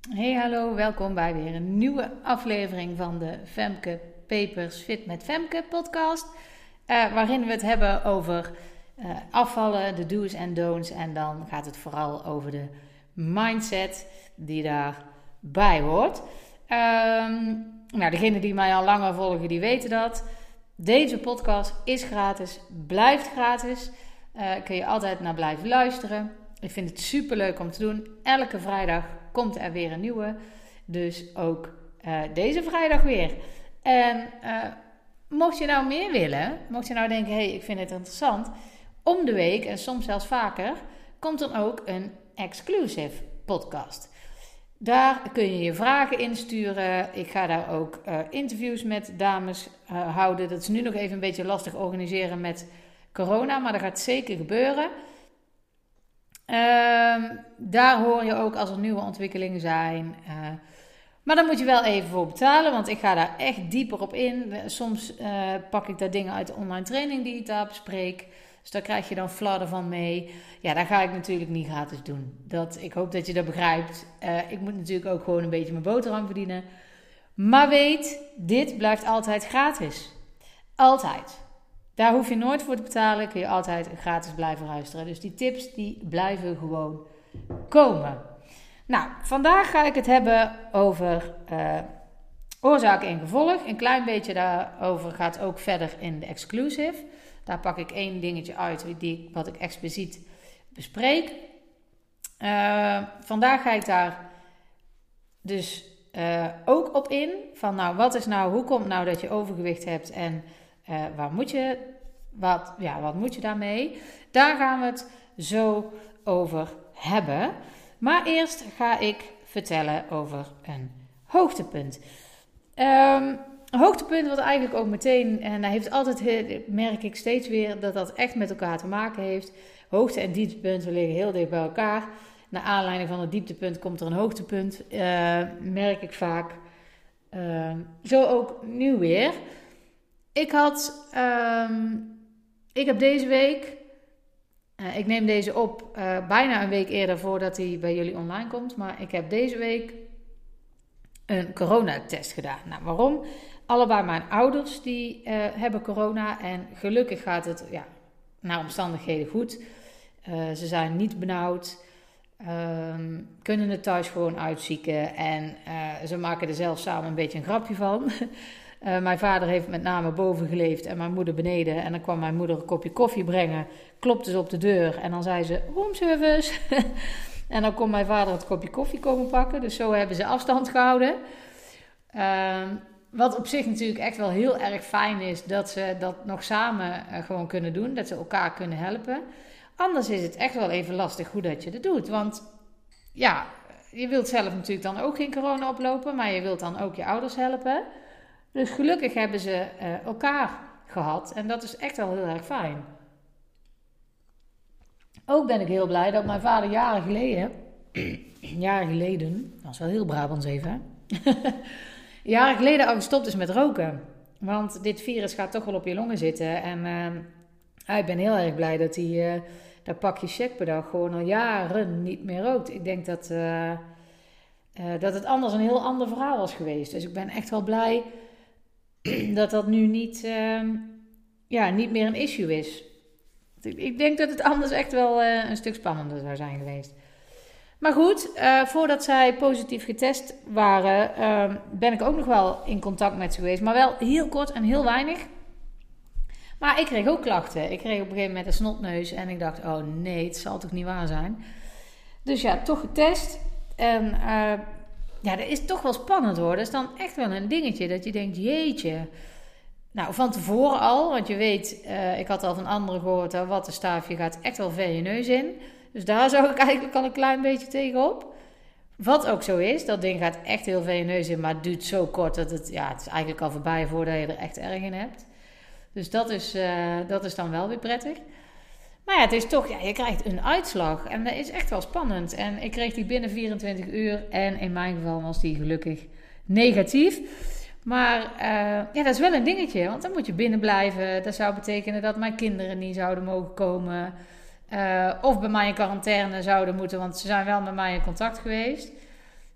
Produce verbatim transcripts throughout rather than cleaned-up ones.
Hey, hallo, welkom bij weer een nieuwe aflevering van de Femke Papers Fit met Femke podcast. Uh, waarin we het hebben over uh, afvallen, de do's en don'ts. En dan gaat het vooral over de mindset die daarbij hoort. Um, nou, degenen die mij al langer volgen, die weten dat. Deze podcast is gratis, blijft gratis. Uh, kun je altijd naar blijven luisteren. Ik vind het super leuk om te doen. Elke vrijdag komt er weer een nieuwe. Dus ook uh, deze vrijdag weer. En uh, mocht je nou meer willen, mocht je nou denken, hé, hey, ik vind het interessant. Om de week, en soms zelfs vaker, komt dan ook een exclusive podcast. Daar kun je je vragen insturen. Ik ga daar ook uh, interviews met dames uh, houden. Dat is nu nog even een beetje lastig organiseren met corona, maar dat gaat zeker gebeuren. Uh, daar hoor je ook als er nieuwe ontwikkelingen zijn. Uh, maar daar moet je wel even voor betalen, want ik ga daar echt dieper op in. Soms uh, pak ik daar dingen uit de online training die ik daar bespreek. Dus daar krijg je dan fladder van mee. Ja, dat ga ik natuurlijk niet gratis doen. Dat, ik hoop dat je dat begrijpt. Uh, ik moet natuurlijk ook gewoon een beetje mijn boterham verdienen. Maar weet, dit blijft altijd gratis. Altijd. Daar hoef je nooit voor te betalen. Kun je altijd gratis blijven luisteren. Dus die tips die blijven gewoon komen. Nou, vandaag ga ik het hebben over uh, oorzaak en gevolg. Een klein beetje daarover gaat ook verder in de exclusive. Daar pak ik één dingetje uit die, wat ik expliciet bespreek. Uh, vandaag ga ik daar dus uh, ook op in. Van nou, wat is nou, hoe komt nou dat je overgewicht hebt en uh, waar moet je, wat, ja, wat moet je daarmee? Daar gaan we het zo over hebben. Maar eerst ga ik vertellen over een hoogtepunt. Um, Een hoogtepunt wat eigenlijk ook meteen, en daar heeft altijd, merk ik steeds weer, dat dat echt met elkaar te maken heeft. Hoogte- en dieptepunten liggen heel dicht bij elkaar. Naar aanleiding van het dieptepunt komt er een hoogtepunt, uh, merk ik vaak. Uh, zo ook nu weer. Ik had, um, ik heb deze week, uh, ik neem deze op uh, bijna een week eerder voordat hij bij jullie online komt. Maar ik heb deze week een coronatest gedaan. Nou, waarom? Allebei mijn ouders die uh, hebben corona en gelukkig gaat het ja, naar omstandigheden goed. Uh, ze zijn niet benauwd, um, kunnen het thuis gewoon uitzieken en uh, ze maken er zelf samen een beetje een grapje van. uh, mijn vader heeft met name boven geleefd en mijn moeder beneden. En dan kwam mijn moeder een kopje koffie brengen, klopte ze op de deur en dan zei ze roomservice. En dan kon mijn vader het kopje koffie komen pakken. Dus zo hebben ze afstand gehouden. Um, wat op zich natuurlijk echt wel heel erg fijn is. Dat ze dat nog samen uh, gewoon kunnen doen. Dat ze elkaar kunnen helpen. Anders is het echt wel even lastig hoe dat je dat doet. Want ja, je wilt zelf natuurlijk dan ook geen corona oplopen. Maar je wilt dan ook je ouders helpen. Dus gelukkig hebben ze uh, elkaar gehad. En dat is echt wel heel erg fijn. Ook ben ik heel blij dat mijn vader jaren geleden, jaren geleden, dat is wel heel Brabants even, jaren geleden al gestopt is met roken. Want dit virus gaat toch wel op je longen zitten. En uh, ik ben heel erg blij dat hij uh, dat pakje check per dag gewoon al jaren niet meer rookt. Ik denk dat, uh, uh, dat het anders een heel ander verhaal was geweest. Dus ik ben echt wel blij dat dat nu niet, uh, ja, niet meer een issue is. Ik denk dat het anders echt wel uh, een stuk spannender zou zijn geweest. Maar goed, uh, voordat zij positief getest waren, uh, ben ik ook nog wel in contact met ze geweest. Maar wel heel kort en heel weinig. Maar ik kreeg ook klachten. Ik kreeg op een gegeven moment een snotneus. En ik dacht, oh nee, het zal toch niet waar zijn. Dus ja, toch getest. En uh, ja, dat is toch wel spannend hoor. Dat is dan echt wel een dingetje dat je denkt, jeetje. Nou, van tevoren al, want je weet, uh, ik had al van anderen gehoord, dat wattenstaafje gaat echt wel ver je neus in. Dus daar zou ik eigenlijk al een klein beetje tegenop. Wat ook zo is, dat ding gaat echt heel ver je neus in, maar het duurt zo kort dat het, ja, het is eigenlijk al voorbij voordat je er echt erg in hebt. Dus dat is, uh, dat is dan wel weer prettig. Maar ja, het is toch, ja, je krijgt een uitslag en dat is echt wel spannend. En ik kreeg die binnen vierentwintig uur en in mijn geval was die gelukkig negatief. Maar uh, ja, dat is wel een dingetje, want dan moet je binnen blijven. Dat zou betekenen dat mijn kinderen niet zouden mogen komen. Uh, of bij mij in quarantaine zouden moeten, want ze zijn wel met mij in contact geweest.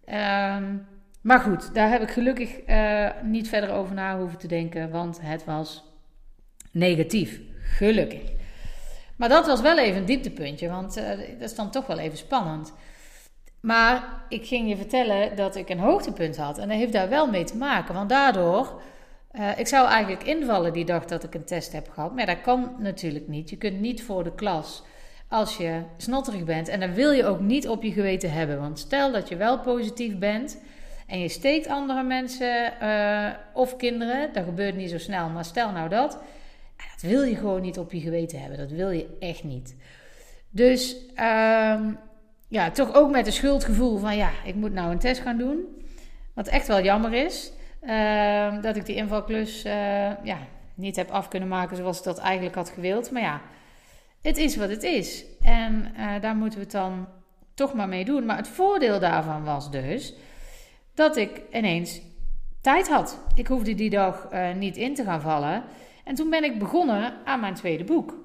Um, maar goed, daar heb ik gelukkig uh, niet verder over na hoeven te denken, want het was negatief. Gelukkig. Maar dat was wel even een dieptepuntje, want uh, dat is dan toch wel even spannend. Maar ik ging je vertellen dat ik een hoogtepunt had. En dat heeft daar wel mee te maken. Want daardoor, uh, ik zou eigenlijk invallen die dag dat ik een test heb gehad. Maar dat kan natuurlijk niet. Je kunt niet voor de klas als je snotterig bent. En dat wil je ook niet op je geweten hebben. Want stel dat je wel positief bent en je steekt andere mensen uh, of kinderen. Dat gebeurt niet zo snel, maar stel nou dat. Dat wil je gewoon niet op je geweten hebben. Dat wil je echt niet. Dus um, ja, toch ook met een schuldgevoel van ja, ik moet nou een test gaan doen. Wat echt wel jammer is. Uh, dat ik die invalklus uh, ja, niet heb af kunnen maken zoals ik dat eigenlijk had gewild. Maar ja, het is wat het is. En uh, daar moeten we het dan toch maar mee doen. Maar het voordeel daarvan was dus dat ik ineens tijd had. Ik hoefde die dag uh, niet in te gaan vallen. En toen ben ik begonnen aan mijn tweede boek.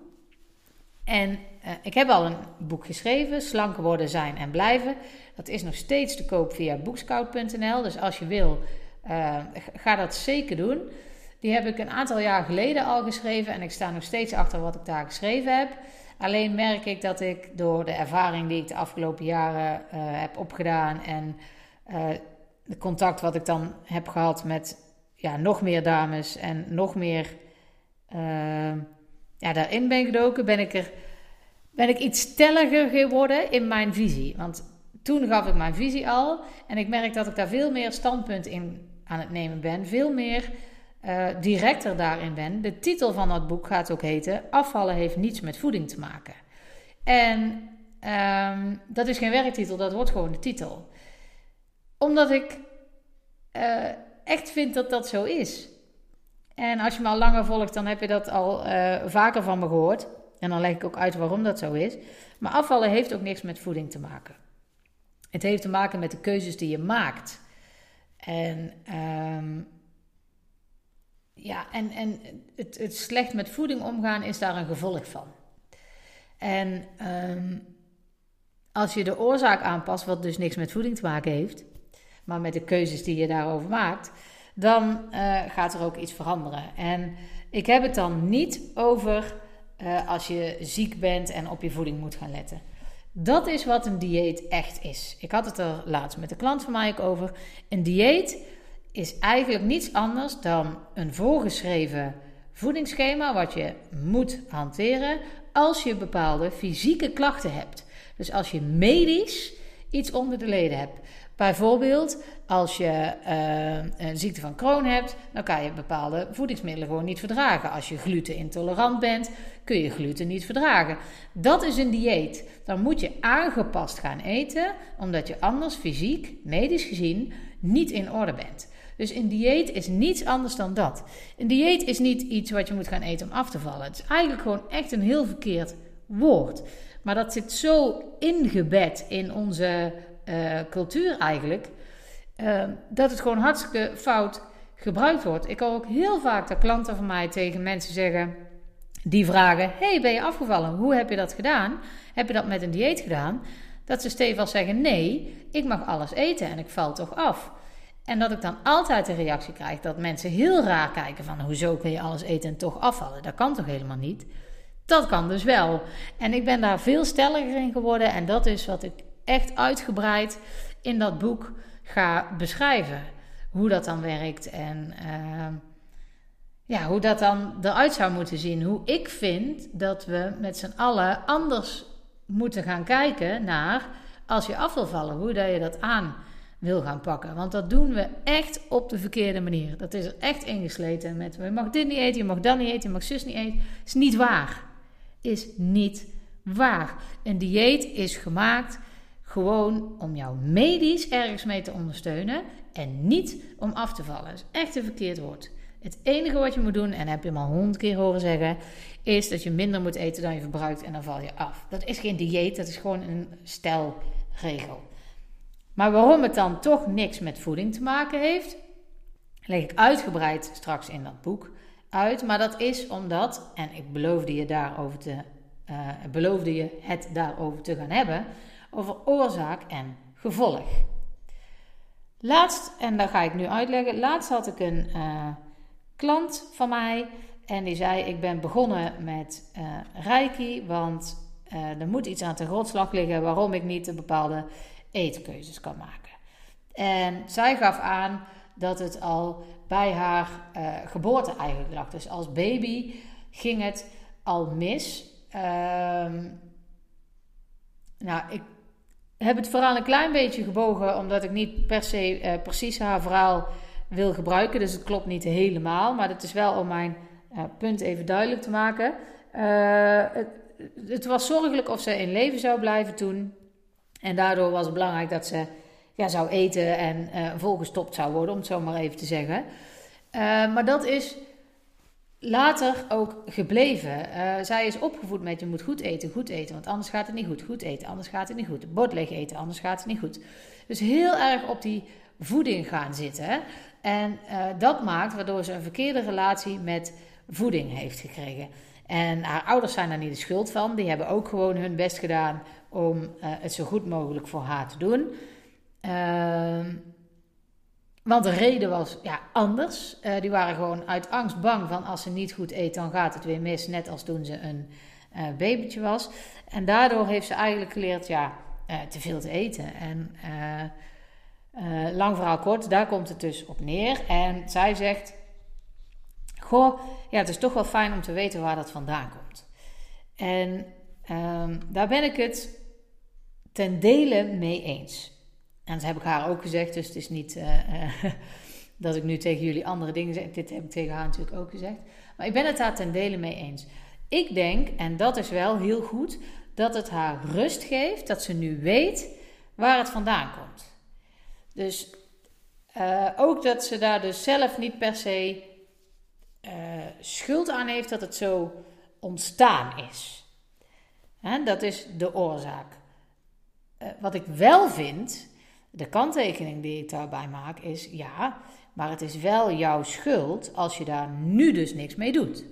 En uh, ik heb al een boek geschreven, Slanker worden, zijn en blijven. Dat is nog steeds te koop via boekscout punt n l. Dus als je wil, uh, ga dat zeker doen. Die heb ik een aantal jaar geleden al geschreven. En ik sta nog steeds achter wat ik daar geschreven heb. Alleen merk ik dat ik door de ervaring die ik de afgelopen jaren uh, heb opgedaan. En uh, de contact wat ik dan heb gehad met ja, nog meer dames en nog meer... Uh, ja, daarin ben gedoken, ben ik er ben ik iets stelliger geworden in mijn visie. Want toen gaf ik mijn visie al en ik merk dat ik daar veel meer standpunt in aan het nemen ben. Veel meer uh, directer daarin ben. De titel van dat boek gaat ook heten: Afvallen heeft niets met voeding te maken. En um, dat is geen werktitel, dat wordt gewoon de titel. Omdat ik uh, echt vind dat dat zo is. En als je me al langer volgt, dan heb je dat al uh, vaker van me gehoord. En dan leg ik ook uit waarom dat zo is. Maar afvallen heeft ook niks met voeding te maken. Het heeft te maken met de keuzes die je maakt. En, um, ja, en, en het, het slecht met voeding omgaan is daar een gevolg van. En um, als je de oorzaak aanpast, wat dus niks met voeding te maken heeft, maar met de keuzes die je daarover maakt, dan uh, gaat er ook iets veranderen. En ik heb het dan niet over uh, als je ziek bent en op je voeding moet gaan letten. Dat is wat een dieet echt is. Ik had het er laatst met een klant van mij ook over. Een dieet is eigenlijk niets anders dan een voorgeschreven voedingsschema wat je moet hanteren als je bepaalde fysieke klachten hebt. Dus als je medisch iets onder de leden hebt. Bijvoorbeeld, als je uh, een ziekte van Crohn hebt, dan kan je bepaalde voedingsmiddelen gewoon niet verdragen. Als je glutenintolerant bent, kun je gluten niet verdragen. Dat is een dieet. Dan moet je aangepast gaan eten, omdat je anders fysiek, medisch gezien, niet in orde bent. Dus een dieet is niets anders dan dat. Een dieet is niet iets wat je moet gaan eten om af te vallen. Het is eigenlijk gewoon echt een heel verkeerd woord. Maar dat zit zo ingebed in onze uh, cultuur eigenlijk, uh, dat het gewoon hartstikke fout gebruikt wordt. Ik hoor ook heel vaak dat klanten van mij tegen mensen zeggen, die vragen, hey, ben je afgevallen? Hoe heb je dat gedaan? Heb je dat met een dieet gedaan? Dat ze stevig zeggen, nee, ik mag alles eten en ik val toch af. En dat ik dan altijd de reactie krijg dat mensen heel raar kijken van, hoezo kun je alles eten en toch afvallen? Dat kan toch helemaal niet? Dat kan dus wel. En ik ben daar veel stelliger in geworden en dat is wat ik echt uitgebreid in dat boek ga beschrijven. Hoe dat dan werkt en uh, ja, hoe dat dan eruit zou moeten zien. Hoe ik vind dat we met z'n allen anders moeten gaan kijken naar als je af wil vallen. Hoe dat je dat aan wil gaan pakken. Want dat doen we echt op de verkeerde manier. Dat is er echt ingesleten met, je mag dit niet eten, je mag dat niet eten, je mag zus niet eten. Dat is niet waar. Is niet waar. Een dieet is gemaakt gewoon om jou medisch ergens mee te ondersteunen en niet om af te vallen. Dat is echt een verkeerd woord. Het enige wat je moet doen, en heb je me al honderd keer horen zeggen, is dat je minder moet eten dan je verbruikt en dan val je af. Dat is geen dieet, dat is gewoon een stelregel. Maar waarom het dan toch niks met voeding te maken heeft, leg ik uitgebreid straks in dat boek uit. Maar dat is omdat, en ik beloofde je, daarover te, uh, beloofde je het daarover te gaan hebben, over oorzaak en gevolg. Laatst, en dat ga ik nu uitleggen, laatst had ik een uh, klant van mij en die zei: ik ben begonnen met uh, Reiki, want uh, er moet iets aan ten grondslag liggen waarom ik niet een bepaalde eetkeuzes kan maken. En zij gaf aan dat het al bij haar uh, geboorte eigenlijk lag. Dus als baby ging het al mis. Uh, nou, ik heb het verhaal een klein beetje gebogen, omdat ik niet per se uh, precies haar verhaal wil gebruiken. Dus het klopt niet helemaal, maar het is wel om mijn uh, punt even duidelijk te maken. Uh, het, het was zorgelijk of ze in leven zou blijven toen. En daardoor was het belangrijk dat ze ja, zou eten en uh, volgestopt zou worden, om het zo maar even te zeggen. Uh, maar dat is later ook gebleven. Uh, zij is opgevoed met: je moet goed eten, goed eten, want anders gaat het niet goed. Goed eten, anders gaat het niet goed. Bord leeg eten, anders gaat het niet goed. Dus heel erg op die voeding gaan zitten. En uh, dat maakt waardoor ze een verkeerde relatie met voeding heeft gekregen. En haar ouders zijn daar niet de schuld van. Die hebben ook gewoon hun best gedaan om uh, het zo goed mogelijk voor haar te doen. Uh, want de reden was ja, anders. Uh, die waren gewoon uit angst bang van: als ze niet goed eet, dan gaat het weer mis. Net als toen ze een uh, babytje was. En daardoor heeft ze eigenlijk geleerd ja, uh, te veel te eten. En uh, uh, lang verhaal kort, daar komt het dus op neer. En zij zegt: goh, ja, het is toch wel fijn om te weten waar dat vandaan komt. En uh, daar ben ik het ten dele mee eens. En dat heb ik haar ook gezegd, dus het is niet uh, uh, dat ik nu tegen jullie andere dingen zeg. Dit heb ik tegen haar natuurlijk ook gezegd. Maar ik ben het daar ten dele mee eens. Ik denk, en dat is wel heel goed, dat het haar rust geeft, dat ze nu weet waar het vandaan komt. Dus uh, ook dat ze daar dus zelf niet per se uh, schuld aan heeft dat het zo ontstaan is. Hè, dat is de oorzaak. Uh, wat ik wel vind, de kanttekening die ik daarbij maak, is ja, maar het is wel jouw schuld als je daar nu dus niks mee doet.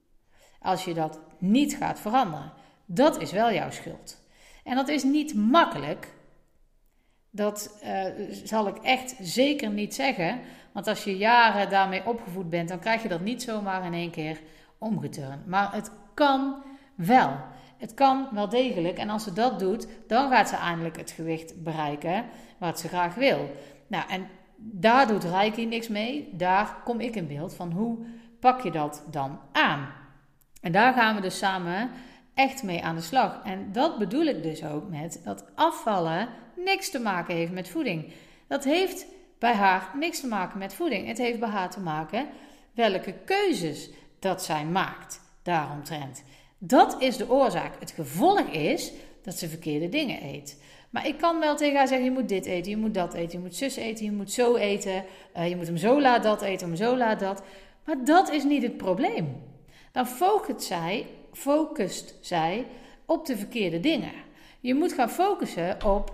Als je dat niet gaat veranderen. Dat is wel jouw schuld. En dat is niet makkelijk. Dat uh, zal ik echt zeker niet zeggen. Want als je jaren daarmee opgevoed bent, dan krijg je dat niet zomaar in één keer omgeturnd. Maar het kan wel. Het kan wel degelijk. En als ze dat doet, dan gaat ze eindelijk het gewicht bereiken wat ze graag wil. Nou, en daar doet Reiki niks mee. Daar kom ik in beeld van: hoe pak je dat dan aan? En daar gaan we dus samen echt mee aan de slag. En dat bedoel ik dus ook met dat afvallen niks te maken heeft met voeding. Dat heeft bij haar niks te maken met voeding. Het heeft bij haar te maken welke keuzes dat zij maakt daaromtrent. Dat is de oorzaak. Het gevolg is dat ze verkeerde dingen eet. Maar ik kan wel tegen haar zeggen: je moet dit eten, je moet dat eten, je moet zus eten, je moet zo eten, uh, je moet hem zo laat dat eten, hem zo laat dat. Maar dat is niet het probleem. Dan focust zij, focust zij op de verkeerde dingen. Je moet gaan focussen op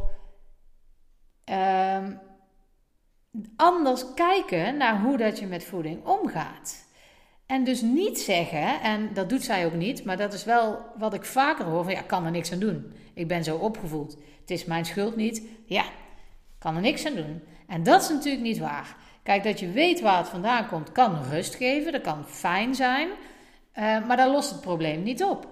uh, anders kijken naar hoe dat je met voeding omgaat. En dus niet zeggen, en dat doet zij ook niet, maar dat is wel wat ik vaker hoor: van ja, ik kan er niks aan doen. Ik ben zo opgevoed. Het is mijn schuld niet. Ja, ik kan er niks aan doen. En dat is natuurlijk niet waar. Kijk, dat je weet waar het vandaan komt, kan rust geven. Dat kan fijn zijn. Uh, maar dat lost het probleem niet op.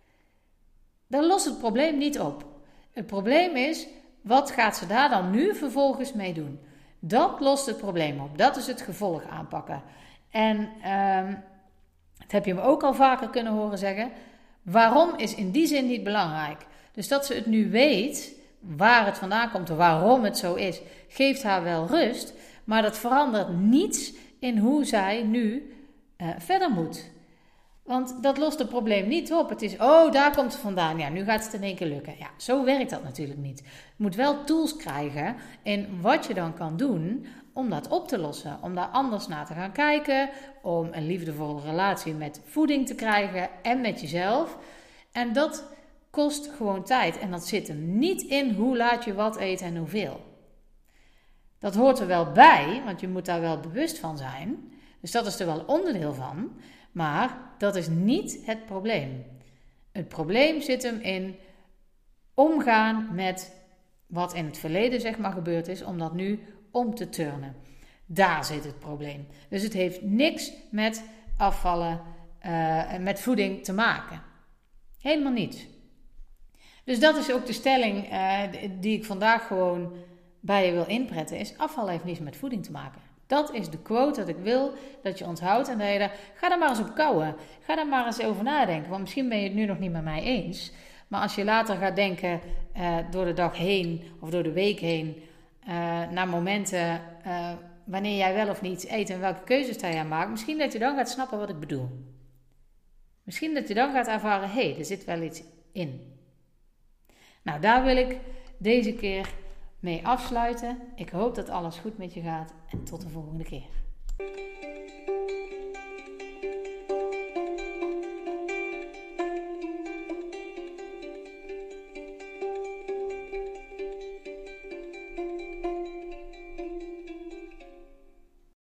Dat lost het probleem niet op. Het probleem is, wat gaat ze daar dan nu vervolgens mee doen? Dat lost het probleem op. Dat is het gevolg aanpakken. En uh, dat heb je me ook al vaker kunnen horen zeggen. Waarom is in die zin niet belangrijk. Dus dat ze het nu weet, waar het vandaan komt en waarom het zo is, geeft haar wel rust. Maar dat verandert niets in hoe zij nu uh, verder moet. Want dat lost het probleem niet op. Het is: oh, daar komt het vandaan. Ja, nu gaat het in één keer lukken. Ja, zo werkt dat natuurlijk niet. Je moet wel tools krijgen in wat je dan kan doen om dat op te lossen. Om daar anders naar te gaan kijken. Om een liefdevolle relatie met voeding te krijgen en met jezelf. En dat kost gewoon tijd. En dat zit hem niet in hoe laat je wat eten en hoeveel. Dat hoort er wel bij, want je moet daar wel bewust van zijn. Dus dat is er wel onderdeel van. Maar dat is niet het probleem. Het probleem zit hem in omgaan met wat in het verleden zeg maar gebeurd is, om dat nu om te turnen. Daar zit het probleem. Dus het heeft niks met afvallen en uh, met voeding te maken. Helemaal niets. Dus dat is ook de stelling uh, die ik vandaag gewoon bij je wil inpretten. Is afvallen heeft niets met voeding te maken. Dat is de quote dat ik wil dat je onthoudt. En dat je daar, ga daar maar eens op kouwen. Ga daar maar eens over nadenken. Want misschien ben je het nu nog niet met mij eens. Maar als je later gaat denken uh, door de dag heen of door de week heen. Uh, naar momenten uh, wanneer jij wel of niet eet en welke keuzes jij aan maakt. Misschien dat je dan gaat snappen wat ik bedoel. Misschien dat je dan gaat ervaren, hé, hey, er zit wel iets in. Nou, daar wil ik deze keer mee afsluiten. Ik hoop dat alles goed met je gaat en tot de volgende keer.